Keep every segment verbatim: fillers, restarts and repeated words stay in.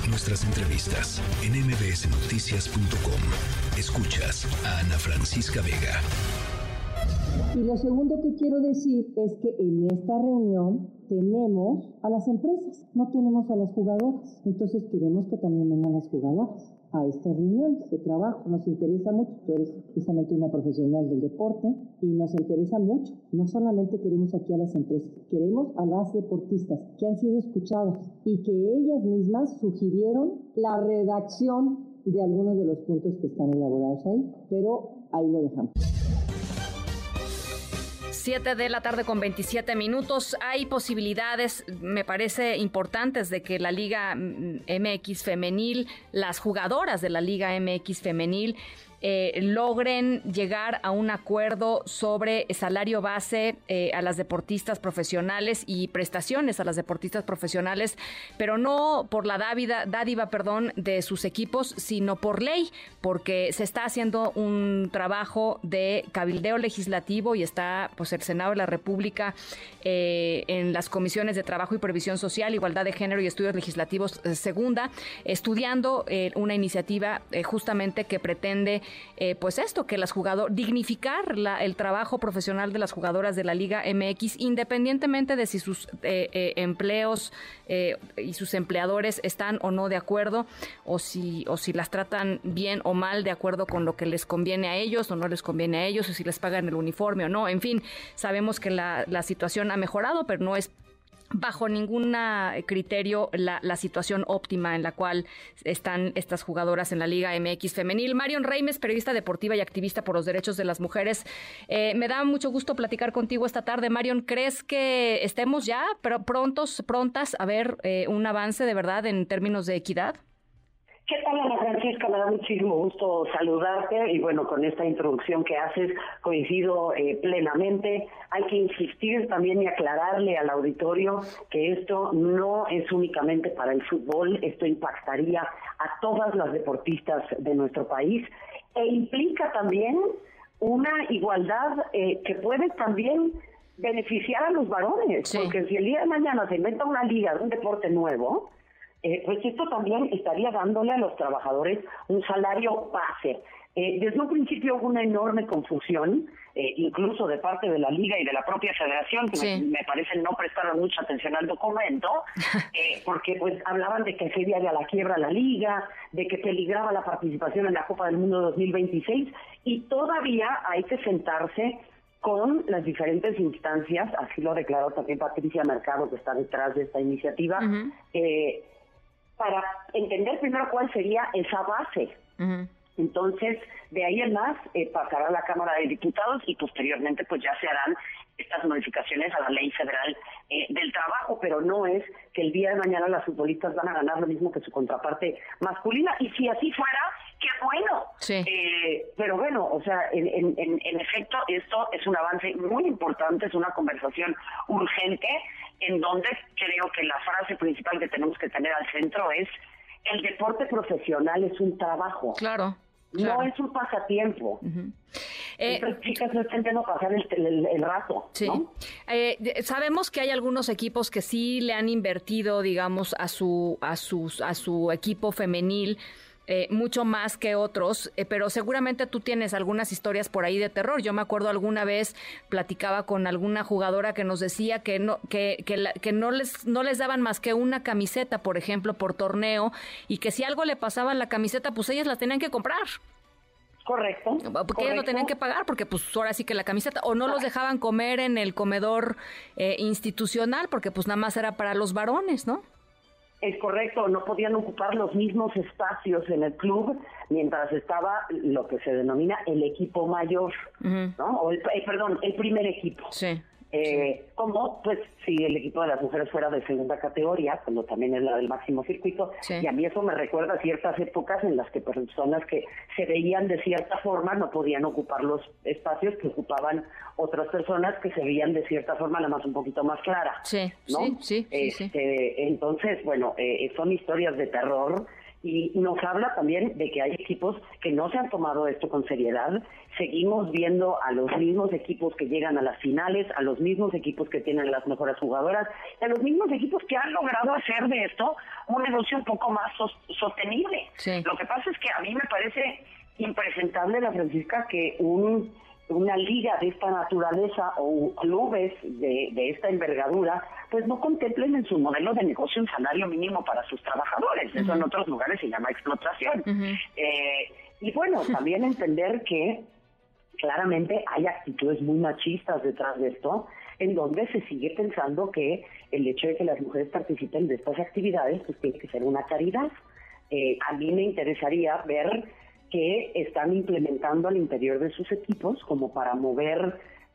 nuestras entrevistas en eme be ese noticias punto com. Escuchas a Ana Francisca Vega. Y lo segundo que quiero decir es que en esta reunión tenemos a las empresas, no tenemos a las jugadoras. Entonces queremos que también vengan las jugadoras a estas reuniones de trabajo. Nos interesa mucho, tú eres precisamente una profesional del deporte y nos interesa mucho. No solamente queremos aquí a las empresas, queremos a las deportistas que han sido escuchadas y que ellas mismas sugirieron la redacción de algunos de los puntos que están elaborados ahí, pero ahí lo dejamos. siete de la tarde con veintisiete minutos. Hay posibilidades, me parece, importantes de que la Liga eme equis Femenil, las jugadoras de la Liga eme equis Femenil, Eh, logren llegar a un acuerdo sobre salario base eh, a las deportistas profesionales y prestaciones a las deportistas profesionales, pero no por la dádiva, dádiva perdón, de sus equipos, sino por ley, porque se está haciendo un trabajo de cabildeo legislativo y está pues el Senado de la República eh, en las comisiones de Trabajo y Previsión Social, Igualdad de Género y Estudios Legislativos eh, Segunda, estudiando eh, una iniciativa eh, justamente que pretende Eh, pues esto, que las jugadoras, dignificar la, el trabajo profesional de las jugadoras de la Liga eme equis, independientemente de si sus eh, eh, empleos eh, y sus empleadores están o no de acuerdo, o si, o si las tratan bien o mal de acuerdo con lo que les conviene a ellos o no les conviene a ellos, o si les pagan el uniforme o no. En fin, sabemos que la, la situación ha mejorado, pero no es bajo ningún criterio la, la situación óptima en la cual están estas jugadoras en la Liga eme equis Femenil. Marion Reimes, periodista deportiva y activista por los derechos de las mujeres. Eh, me da mucho gusto platicar contigo esta tarde. Marion, ¿crees que estemos ya pero prontos, prontas a ver eh, un avance de verdad en términos de equidad? ¿Qué tal, Ana Francisca? Me da muchísimo gusto saludarte y bueno, con esta introducción que haces coincido eh, plenamente. Hay que insistir también y aclararle al auditorio que esto no es únicamente para el fútbol, esto impactaría a todas las deportistas de nuestro país e implica también una igualdad eh, que puede también beneficiar a los varones, sí. Porque si el día de mañana se inventa una liga de un deporte nuevo, Eh, pues esto también estaría dándole a los trabajadores un salario base. Eh, desde un principio hubo una enorme confusión, eh, incluso de parte de la Liga y de la propia Federación, que sí. me, me parece no prestaron mucha atención al documento, eh, porque pues hablaban de que se iba a la quiebra la Liga, de que peligraba la participación en la Copa del Mundo dos mil veintiséis, y todavía hay que sentarse con las diferentes instancias, así lo declaró también Patricia Mercado, que está detrás de esta iniciativa, uh-huh. eh, para entender primero cuál sería esa base. Uh-huh. Entonces, de ahí en más, eh, pasará a la Cámara de Diputados y posteriormente pues ya se harán estas modificaciones a la Ley Federal eh, del Trabajo, pero no es que el día de mañana las futbolistas van a ganar lo mismo que su contraparte masculina, y si así fuera, qué bueno. Sí. Eh, pero bueno, o sea, en, en, en efecto, esto es un avance muy importante, es una conversación urgente, en donde creo que la frase principal que tenemos que tener al centro es: el deporte profesional es un trabajo. Claro. Claro. No es un pasatiempo. Uh-huh. Eh, Estas chicas no están intentando pasar el, el, el rato, sí. ¿no? Eh, sabemos que hay algunos equipos que sí le han invertido, digamos, a su a sus a su equipo femenil. Eh, mucho más que otros, eh, pero seguramente tú tienes algunas historias por ahí de terror. Yo me acuerdo alguna vez platicaba con alguna jugadora que nos decía que no que que, la, que no les no les daban más que una camiseta, por ejemplo, por torneo, y que si algo le pasaba a la camiseta, pues ellas la tenían que comprar. Correcto. Porque correcto. ellas lo tenían que pagar, porque pues ahora sí que la camiseta, o no los dejaban comer en el comedor eh, institucional, porque pues nada más era para los varones, ¿no? Es correcto, no podían ocupar los mismos espacios en el club mientras estaba lo que se denomina el equipo mayor, uh-huh. ¿no? O el, eh, perdón, el primer equipo. Sí. Eh, sí. Como, pues, si el equipo de las mujeres fuera de segunda categoría, cuando también es la del máximo circuito, sí. Y a mí eso me recuerda a ciertas épocas en las que personas que se veían de cierta forma no podían ocupar los espacios que ocupaban otras personas que se veían de cierta forma, nada más un poquito más clara. Sí, ¿no? sí, sí. Este, sí, sí. Entonces, bueno, eh, son historias de terror Y nos habla también de que hay equipos que no se han tomado esto con seriedad. Seguimos viendo a los mismos equipos que llegan a las finales, a los mismos equipos que tienen las mejores jugadoras, a los mismos equipos que han logrado hacer de esto un negocio un poco más sos- sostenible. Sí. Lo que pasa es que a mí me parece impresentable, la Francisca, que un una liga de esta naturaleza o clubes de, de esta envergadura, pues no contemplen en su modelo de negocio un salario mínimo para sus trabajadores. Uh-huh. Eso en otros lugares se llama explotación. Uh-huh. Eh, y bueno, también entender que claramente hay actitudes muy machistas detrás de esto, en donde se sigue pensando que el hecho de que las mujeres participen de estas actividades pues tiene que ser una caridad. Eh, a mí me interesaría ver que están implementando al interior de sus equipos como para mover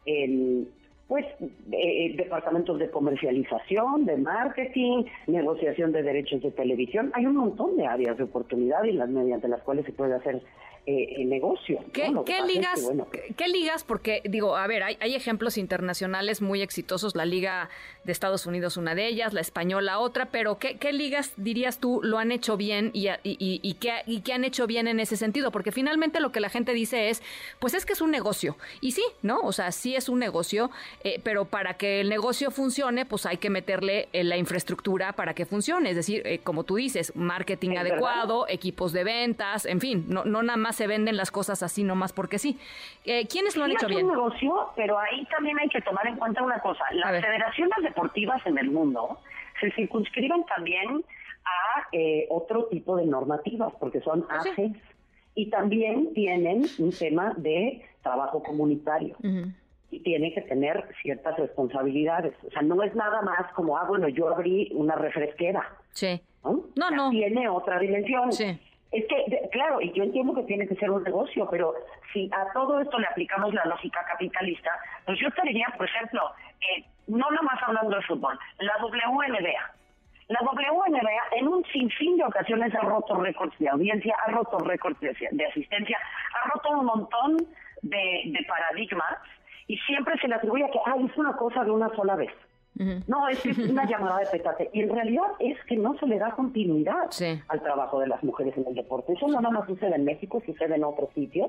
el, pues eh, departamentos de comercialización, de marketing, negociación de derechos de televisión. Hay un montón de áreas de oportunidad y las mediante las cuales se puede hacer eh, el negocio. ¿Qué, ¿no? ¿qué ligas? Es que, bueno, ¿Qué ligas? Porque, digo, a ver, hay, hay ejemplos internacionales muy exitosos, la Liga de Estados Unidos una de ellas, la española otra, pero ¿qué, qué ligas dirías tú lo han hecho bien y, y, y, y, qué, y qué han hecho bien en ese sentido? Porque finalmente lo que la gente dice es, pues es que es un negocio. Y sí, ¿no? O sea, sí es un negocio, eh, pero para que el negocio funcione, pues hay que meterle eh, la infraestructura para que funcione. Es decir, eh, como tú dices, marketing ¿Es adecuado, verdad? Equipos de ventas, en fin, no, no nada más se venden las cosas así nomás porque sí. Eh, ¿Quiénes lo han sí, hecho es bien? Un negocio, pero ahí también hay que tomar en cuenta una cosa. Las federaciones deportivas en el mundo se circunscriben también a eh, otro tipo de normativas, porque son A C E S, y también tienen un tema de trabajo comunitario. Uh-huh. Y tiene que tener ciertas responsabilidades. O sea, no es nada más como, ah, bueno, yo abrí una refresquera. Sí. ¿No? No, o sea, no. Tiene otra dimensión. Sí. Es que, de, claro, y yo entiendo que tiene que ser un negocio, pero si a todo esto le aplicamos la lógica capitalista, pues yo te diría, por ejemplo, eh, no nomás hablando de fútbol, la W N B A. La W N B A en un sinfín de ocasiones ha roto récords de audiencia, ha roto récords de, de asistencia, ha roto un montón de, de paradigmas y siempre se le atribuye a que ah, es una cosa de una sola vez. Uh-huh. No, es que es una llamada de petate. Y en realidad es que no se le da continuidad sí. al trabajo de las mujeres en el deporte. Eso no nada más sucede en México, sucede en otros sitios.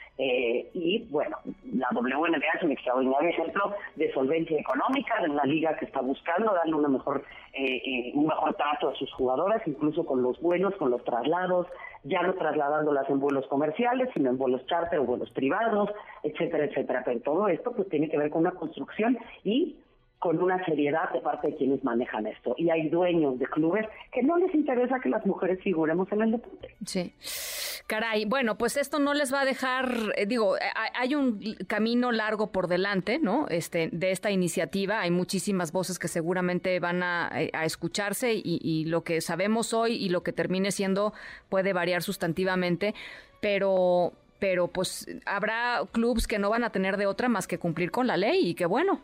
Eh, y bueno, la W N B A es un extraordinario ejemplo de solvencia económica, de una liga que está buscando darle una mejor, eh, eh, un mejor trato a sus jugadoras, incluso con los vuelos, con los traslados, ya no trasladándolas en vuelos comerciales, sino en vuelos charter o vuelos privados, etcétera, etcétera. Pero todo esto pues tiene que ver con una construcción y con una seriedad de parte de quienes manejan esto. Y hay dueños de clubes que no les interesa que las mujeres figuremos en el deporte. Sí. Caray, bueno, pues esto no les va a dejar, eh, digo, hay un camino largo por delante, ¿no? Este, de esta iniciativa, hay muchísimas voces que seguramente van a, a escucharse y, y lo que sabemos hoy y lo que termine siendo puede variar sustantivamente, pero, pero pues habrá clubes que no van a tener de otra más que cumplir con la ley y qué bueno.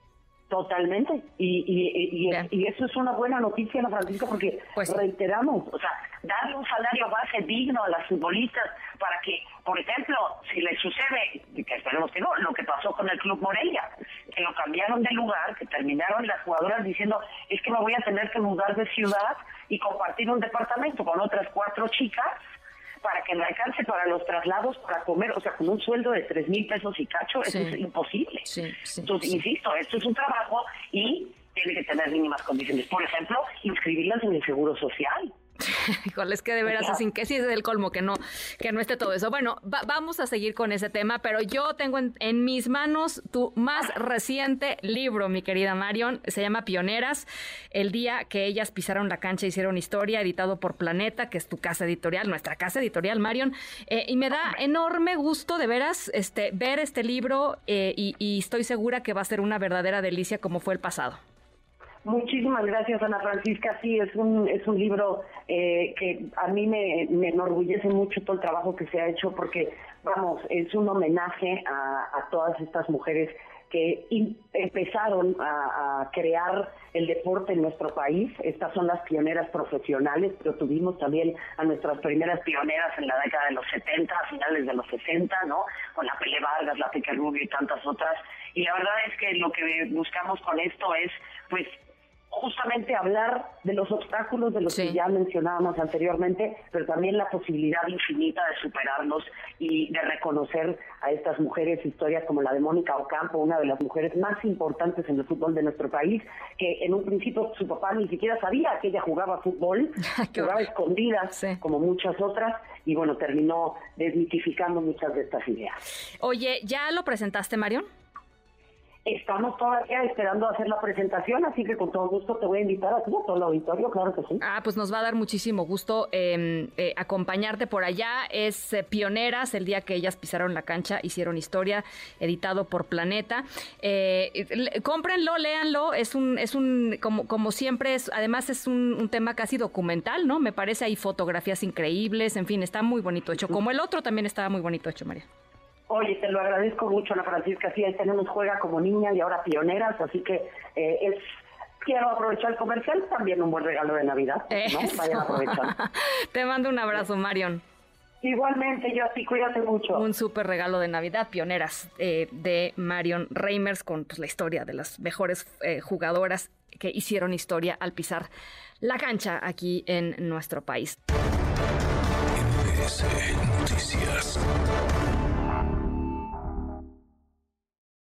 Totalmente, y y, y, y eso es una buena noticia, Ana Francisca, porque pues, reiteramos, o sea, darle un salario base digno a las futbolistas para que, por ejemplo, si les sucede, que esperemos que no, lo que pasó con el Club Morelia, que lo cambiaron de lugar, que terminaron las jugadoras diciendo, es que me voy a tener que mudar de ciudad y compartir un departamento con otras cuatro chicas, para que me alcance para los traslados, para comer, o sea, con un sueldo de tres mil pesos y cacho, sí. Eso es imposible. Sí, sí, Entonces, sí. insisto, esto es un trabajo y tiene que tener mínimas condiciones. Por ejemplo, inscribirlas en el Seguro Social. Híjole, es que de veras es que sí es el colmo que no que no esté todo eso. Bueno, va, vamos a seguir con ese tema, pero yo tengo en, en mis manos tu más reciente libro, mi querida Marion, se llama Pioneras, el día que ellas pisaron la cancha, hicieron historia, editado por Planeta, que es tu casa editorial, nuestra casa editorial, Marion, eh, y me da enorme gusto de veras este ver este libro eh, y, y estoy segura que va a ser una verdadera delicia como fue el pasado. Muchísimas gracias, Ana Francisca. Sí, es un es un libro eh, que a mí me, me enorgullece mucho todo el trabajo que se ha hecho porque, vamos, es un homenaje a, a todas estas mujeres que in, empezaron a, a crear el deporte en nuestro país. Estas son las pioneras profesionales, pero tuvimos también a nuestras primeras pioneras en la década de los setenta, a finales de los sesenta, ¿no? Con la Pele Vargas, la Peque Rubio y tantas otras. Y la verdad es que lo que buscamos con esto es, pues, justamente hablar de los obstáculos de los sí. que ya mencionábamos anteriormente, pero también la posibilidad infinita de superarlos y de reconocer a estas mujeres, historias como la de Mónica Ocampo, una de las mujeres más importantes en el fútbol de nuestro país, que en un principio su papá ni siquiera sabía que ella jugaba fútbol, jugaba escondida, sí. como muchas otras, y bueno, terminó desmitificando muchas de estas ideas. Oye, ¿ya lo presentaste, Marion? Estamos todavía esperando hacer la presentación, así que con todo gusto te voy a invitar a ti, a todo el auditorio, claro que sí. Ah, pues nos va a dar muchísimo gusto eh, eh, acompañarte por allá. Es eh, Pioneras, el día que ellas pisaron la cancha, hicieron historia, editado por Planeta. Eh, le, cómprenlo, léanlo, es un, es un, como, como siempre, es, además es un, un tema casi documental, ¿no? Me parece, hay fotografías increíbles, en fin, está muy bonito hecho. Como el otro también estaba muy bonito hecho, María. Oye, te lo agradezco mucho, Ana Francisca. Sí, ahí tenemos Juega como Niña y ahora Pioneras, así que eh, es quiero aprovechar el comercial, también un buen regalo de Navidad, ¿no? Vayan a aprovechar. Te mando un abrazo, Marion. Igualmente, yo a ti, cuídate mucho. Un súper regalo de Navidad, Pioneras, eh, de Marion Reimers, con pues, la historia de las mejores eh, jugadoras que hicieron historia al pisar la cancha aquí en nuestro país. M B S Noticias.